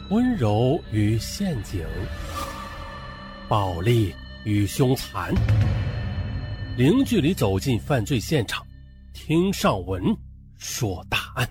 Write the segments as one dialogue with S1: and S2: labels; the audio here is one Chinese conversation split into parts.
S1: 温柔与陷阱，暴力与凶残，零距离走进犯罪现场，听上文说大案。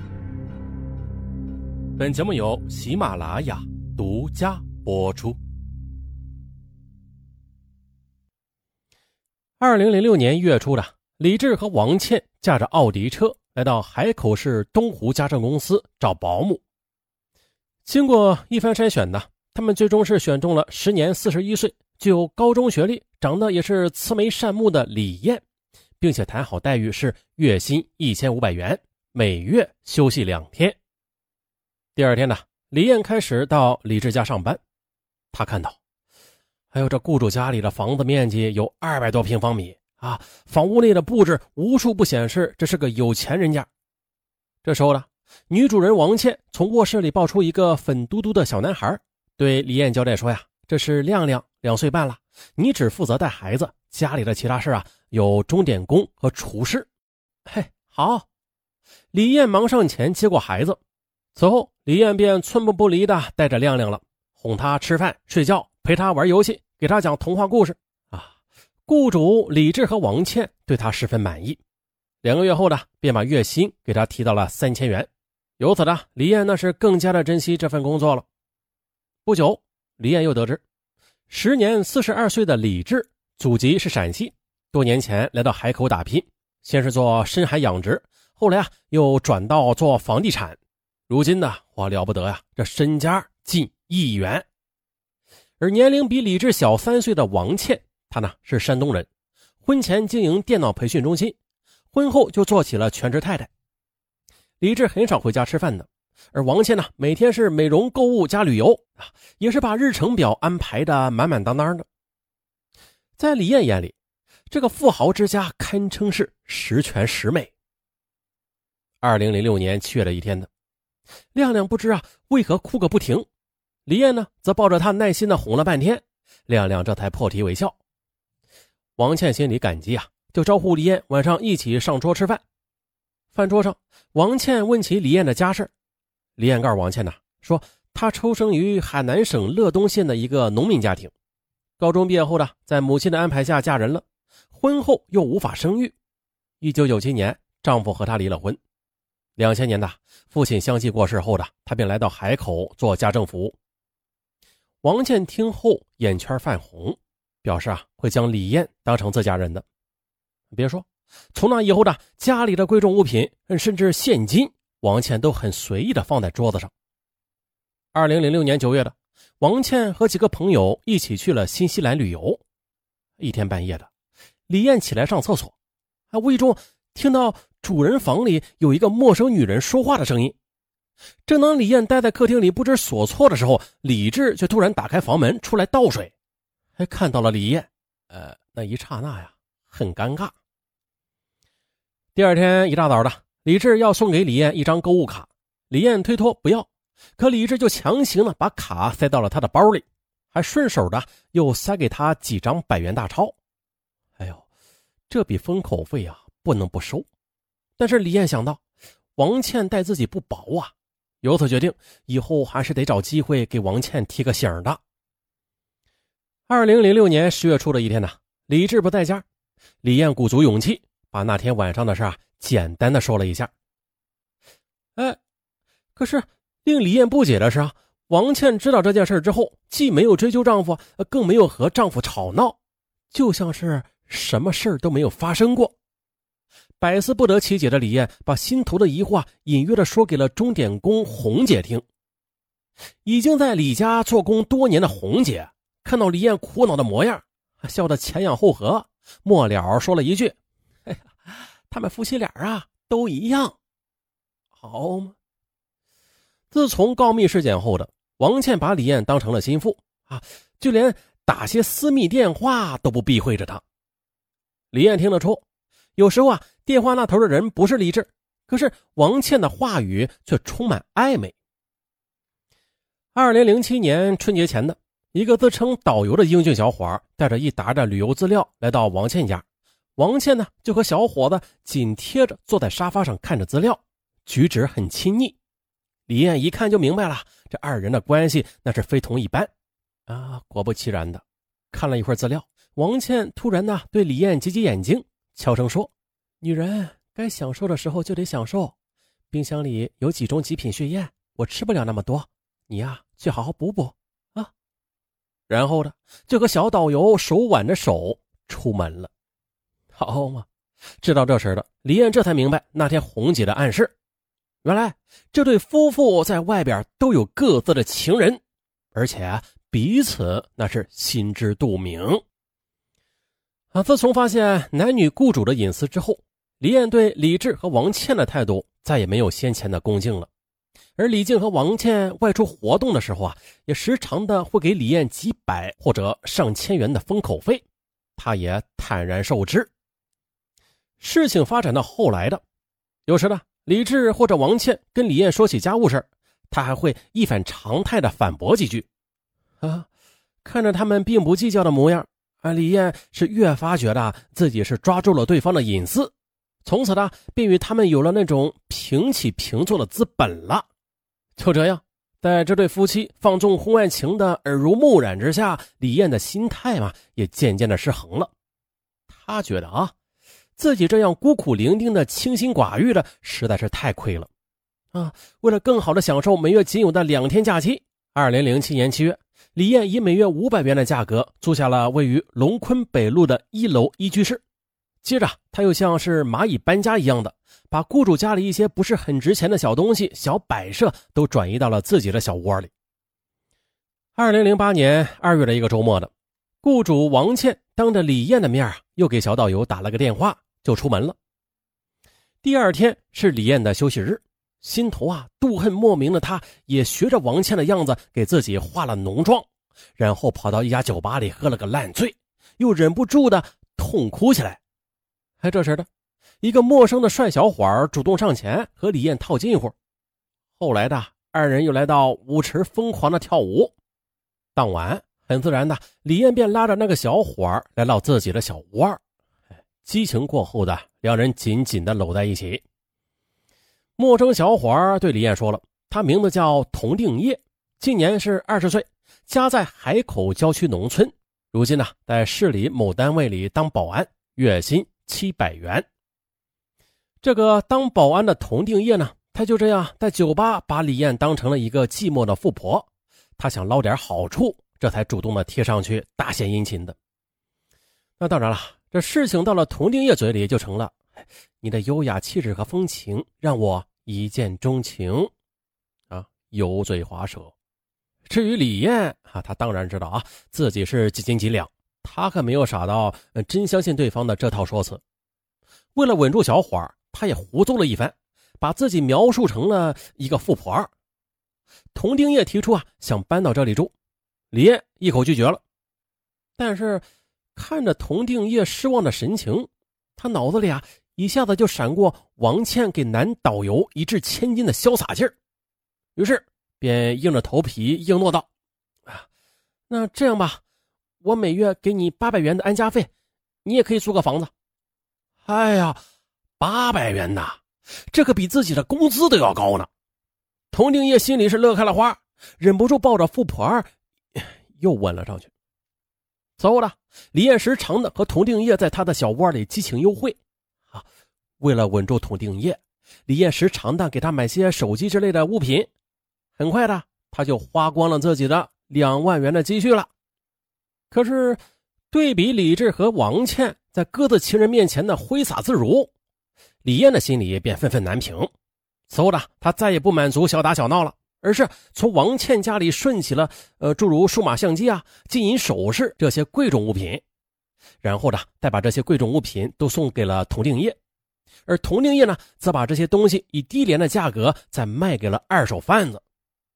S1: 本节目由喜马拉雅独家播出。2006年1月初的，李志和王倩驾着奥迪车来到海口市东湖家政公司找保姆。经过一番筛选呢，他们最终是选中了时年41岁，具有高中学历，长得也是慈眉善目的李艳，并且谈好待遇是月薪1500元，每月休息2天。第二天呢，李艳开始到李志家上班。他看到这雇主家里的房子面积有200多平方米啊，房屋内的布置无处不显示这是个有钱人家。这时候呢，女主人王倩从卧室里抱出一个粉嘟嘟的小男孩，对李艳交代说呀，这是亮亮，2岁半了，你只负责带孩子，家里的其他事有钟点工和厨师。嘿，好。李艳忙上前接过孩子，此后李艳便寸步不离地带着亮亮了，哄他吃饭睡觉，陪他玩游戏，给他讲童话故事雇主李志和王倩对他十分满意，2个月后呢，便把月薪给他提到了3000元。由此呢，李艳那是更加的珍惜这份工作了。不久，李艳又得知，时年42岁的李志祖籍是陕西，多年前来到海口打拼，先是做深海养殖，后来又转到做房地产。如今呢，了不得呀，这身家近1亿元。而年龄比李志小3岁的王倩，她呢是山东人，婚前经营电脑培训中心，婚后就做起了全职太太。李志很少回家吃饭的，而王倩呢，每天是美容、购物加旅游也是把日程表安排的满满当当的。在李艳眼里，这个富豪之家堪称是十全十美。2006年7月的一天呢，亮亮不知为何哭个不停，李艳呢则抱着他耐心的哄了半天，亮亮这才破涕为笑。王倩心里感激就招呼李艳晚上一起上桌吃饭。饭桌上，王倩问起李艳的家事，李艳告诉王倩说她出生于海南省乐东县的一个农民家庭，高中毕业后在母亲的安排下嫁人了，婚后又无法生育。1997年，丈夫和她离了婚。2000年父亲相继过世后她便来到海口做家政服务。王倩听后眼圈泛红，表示会将李艳当成自家人的。别说，从那以后家里的贵重物品甚至现金，王倩都很随意的放在桌子上。2006年9月王倩和几个朋友一起去了新西兰旅游。一天半夜的，李艳起来上厕所，无意中听到主人房里有一个陌生女人说话的声音。正当李艳待在客厅里不知所措的时候，李志却突然打开房门出来倒水，还看到了李艳。那一刹那很尴尬。第二天一大早的，李志要送给李艳一张购物卡，李艳推脱不要，可李志就强行把卡塞到了他的包里，还顺手又塞给他几张100元大钞。这笔封口费不能不收。但是李艳想到王倩待自己不薄由此决定以后还是得找机会给王倩提个醒的。2006年10月初的一天李志不在家，李艳鼓足勇气把那天晚上的事简单的说了一下。可是令李艳不解的是王倩知道这件事之后，既没有追究丈夫，更没有和丈夫吵闹，就像是什么事都没有发生过。百思不得其解的李艳把心头的疑惑隐约的说给了钟点工红姐听。已经在李家做工多年的红姐看到李艳苦恼的模样，笑得前仰后合，末了说了一句，他们夫妻俩都一样，好吗？自从告密事件后的，王倩把李艳当成了心腹就连打些私密电话都不避讳着她。李艳听得出，有时候电话那头的人不是李志，可是王倩的话语却充满暧昧。2007年春节前的，一个自称导游的英俊小伙带着一沓的旅游资料来到王倩家，王倩就和小伙子紧贴着坐在沙发上看着资料，举止很亲昵。李艳一看就明白了， 这二人的关系那是非同一般啊！果不其然的，看了一会儿资料，王倩突然呢对李艳挤挤眼睛，悄声说：“女人该享受的时候就得享受，冰箱里有几种极品血燕，我吃不了那么多，你呀去好好补补啊。”然后呢就和小导游手挽着手出门了。好嘛，知道这事的李艳这才明白那天红姐的暗示，原来这对夫妇在外边都有各自的情人，而且彼此那是心知肚明自从发现男女雇主的隐私之后，李艳对李治和王倩的态度再也没有先前的恭敬了。而李静和王倩外出活动的时候也时常的会给李艳几百或者上千元的封口费，她也坦然受之。事情发展到后来的，有时呢李治或者王倩跟李艳说起家务事，他还会一反常态的反驳几句看着他们并不计较的模样李艳是越发觉得自己是抓住了对方的隐私，从此呢便与他们有了那种平起平坐的资本了。就这样，在这对夫妻放纵婚外情的耳濡目染之下，李艳的心态也渐渐的失衡了。她觉得自己这样孤苦伶仃的清心寡欲的实在是太亏了为了更好的享受每月仅有的2天假期，2007年7月，李艳以每月500元的价格租下了位于龙昆北路的1楼1居室。接着他又像是蚂蚁搬家一样的，把雇主家里一些不是很值钱的小东西、小摆设都转移到了自己的小窝里。2008年2月的一个周末的，雇主王倩当着李艳的面又给小导游打了个电话，就出门了。第二天是李艳的休息日，心头妒恨莫名的他也学着王倩的样子给自己化了浓妆，然后跑到一家酒吧里喝了个烂醉，又忍不住的痛哭起来。这时的一个陌生的帅小伙主动上前和李艳套近乎，后来的二人又来到舞池疯狂的跳舞。当晚很自然的，李艳便拉着那个小伙来到自己的小窝，激情过后的两人紧紧的搂在一起。陌生小伙对李艳说了，他名字叫童定业，今年是20岁，家在海口郊区农村，如今在市里某单位里当保安，月薪700元。这个当保安的童定业呢，他就这样在酒吧把李艳当成了一个寂寞的富婆，他想捞点好处，这才主动的贴上去大献殷勤的。那当然了，这事情到了童定业嘴里就成了你的优雅气质和风情让我一见钟情油嘴滑舌。至于李艳他当然知道自己是几斤几两，他可没有傻到真相信对方的这套说辞。为了稳住小伙，他也胡诌了一番，把自己描述成了一个富婆。童定业提出想搬到这里住，李艳一口拒绝了。但是看着童定业失望的神情，他脑子里一下子就闪过王倩给男导游一掷千金的潇洒劲儿，于是便硬着头皮应诺道那这样吧，我每月给你800元的安家费，你也可以租个房子。哎呀，800元呐，这可比自己的工资都要高呢。童定业心里是乐开了花，忍不住抱着富婆又吻了上去。此后李艳时常的和童定业在他的小窝里激情幽会为了稳住童定业，李艳时常的给他买些手机之类的物品，很快的他就花光了自己的2万元的积蓄了。可是对比李治和王倩在各自情人面前的挥洒自如，李艳的心里便愤愤难平。此后他再也不满足小打小闹了，而是从王倩家里顺起了诸如数码相机金银首饰这些贵重物品，然后再把这些贵重物品都送给了童定业，而童定业则把这些东西以低廉的价格再卖给了二手贩子。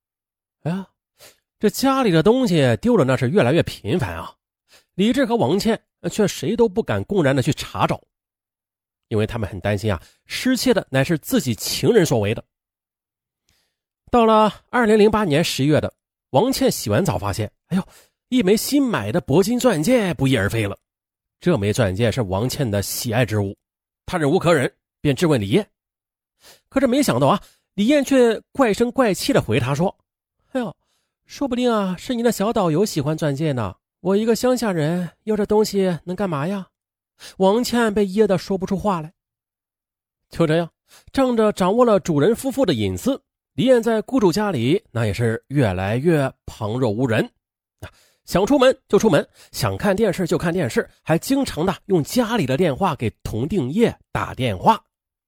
S1: 这家里的东西丢了那是越来越频繁李治和王倩却谁都不敢公然的去查找，因为他们很担心失窃的乃是自己情人所为的。到了2008年11月的，王倩洗完澡发现一枚新买的铂金钻戒不翼而飞了。这枚钻戒是王倩的喜爱之物，她忍无可忍，便质问李艳。可是没想到李艳却怪声怪气的回他说哎呦，说不定啊是你的小导游喜欢钻戒呢，我一个乡下人要这东西能干嘛呀？王倩被噎得说不出话来。就这样，仗着掌握了主人夫妇的隐私，李艳在雇主家里那也是越来越旁若无人。想出门就出门，想看电视就看电视，还经常的用家里的电话给童定业打电话。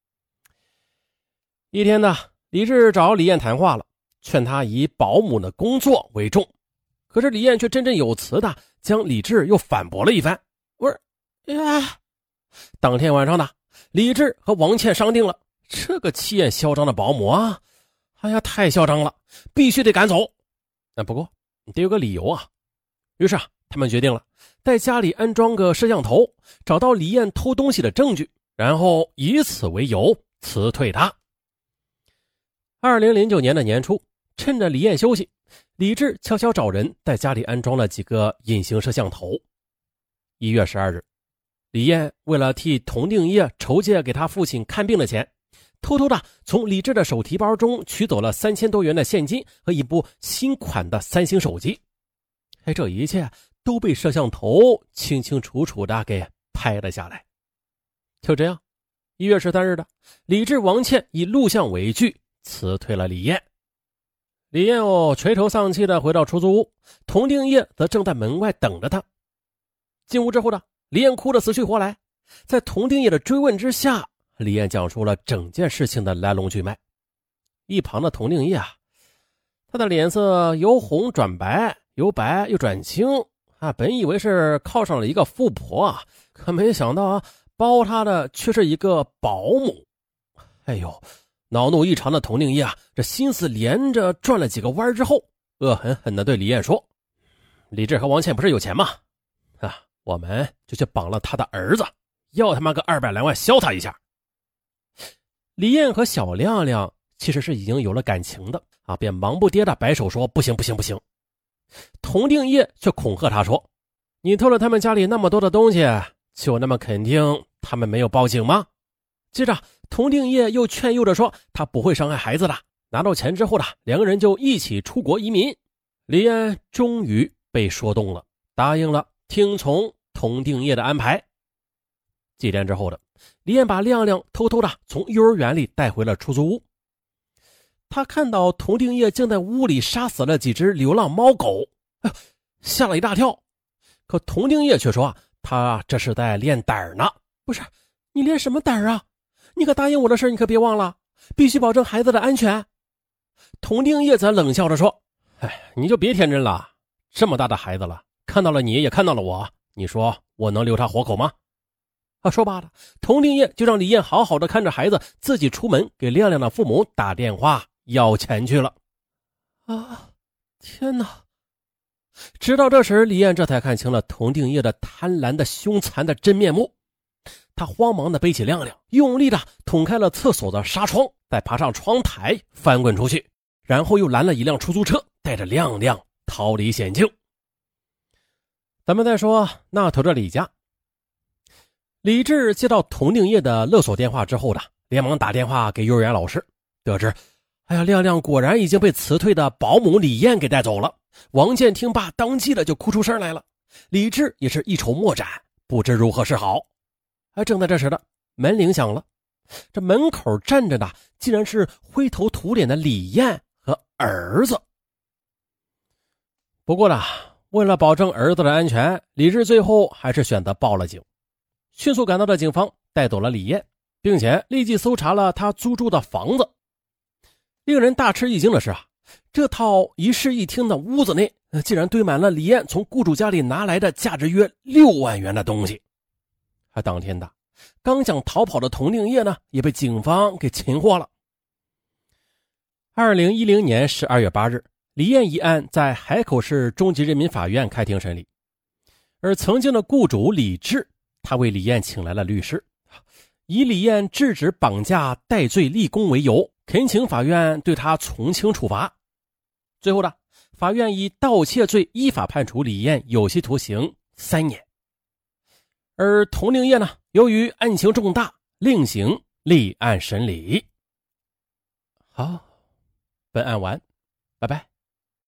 S1: 一天呢，李治找李艳谈话了，劝他以保姆的工作为重。可是李艳却振振有词的将李治又反驳了一番。当天晚上呢，李治和王倩商定了，这个气焰嚣张的保姆啊，哎呀，太嚣张了，必须得赶走。不过得有个理由啊。于是他们决定了在家里安装个摄像头，找到李艳偷东西的证据，然后以此为由辞退她。2009年的年初，趁着李艳休息，李治悄悄找人在家里安装了几个隐形摄像头。1月12日，李艳为了替童定业筹借给他父亲看病的钱，偷偷的从李治的手提包中取走了3000多元的现金和一部新款的3星手机。这一切都被摄像头清清楚楚的给拍了下来。就这样，1月13日的，李治、王倩以录像为据辞退了李艳。李艳垂头丧气的回到出租屋，童定业则正在门外等着他。进屋之后的李艳哭得死去活来，在童定业的追问之下，李艳讲述了整件事情的来龙去脉。一旁的童定业他的脸色由红转白，由白又转青本以为是靠上了一个富婆可没想到包他的却是一个保姆。恼怒异常的童定业这心思连着转了几个弯之后，恶狠狠地对李艳说：李治和王倩不是有钱吗？我们就去绑了他的儿子，要他妈个200来万削他一下。李艳和小亮亮其实是已经有了感情的便忙不迭的摆手说：不行不行不行。童定业却恐吓他说：你偷了他们家里那么多的东西，就那么肯定他们没有报警吗？接着童定业又劝诱着说他不会伤害孩子的，拿到钱之后2个人就一起出国移民。李艳终于被说动了，答应了听从童定业的安排。几天之后的，李艳把亮亮偷偷的从幼儿园里带回了出租屋。他看到童定业竟在屋里杀死了几只流浪猫狗，吓了一大跳。可童定业却说他这是在练胆呢。不是，你练什么胆啊？你可答应我的事你可别忘了，必须保证孩子的安全。童定业则冷笑着说：你就别天真了，这么大的孩子了，看到了你也看到了我，你说我能留他活口吗？说罢了，童定业就让李艳好好的看着孩子，自己出门给亮亮的父母打电话要钱去了。天哪！直到这时，李艳这才看清了童定业的贪婪的凶残的真面目。他慌忙的背起亮亮，用力的捅开了厕所的纱窗，再爬上窗台翻滚出去，然后又拦了一辆出租车，带着亮亮逃离险境。咱们再说那头的李家。李治接到童定业的勒索电话之后的，连忙打电话给幼儿园老师，得知亮亮果然已经被辞退的保姆李艳给带走了。王健听罢当即的就哭出声来了，李治也是一筹莫展，不知如何是好。正在这时的，门铃响了，这门口站着的竟然是灰头土脸的李艳和儿子。不过呢，为了保证儿子的安全，李治最后还是选择报了警。迅速赶到的警方带走了李艳，并且立即搜查了他租住的房子。令人大吃一惊的是这套一室一厅的屋子内竟然堆满了李艳从雇主家里拿来的价值约6万元的东西。当天的刚想逃跑的童定业呢，也被警方给擒获了。2010年12月8日，李艳一案在海口市中级人民法院开庭审理。而曾经的雇主李治，他为李艳请来了律师，以李艳制止绑架戴罪立功为由，恳请法院对他从轻处罚。最后的，法院以盗窃罪依法判处李艳有期徒刑3年。而童定业呢，由于案情重大，另行立案审理。好，本案完，拜拜。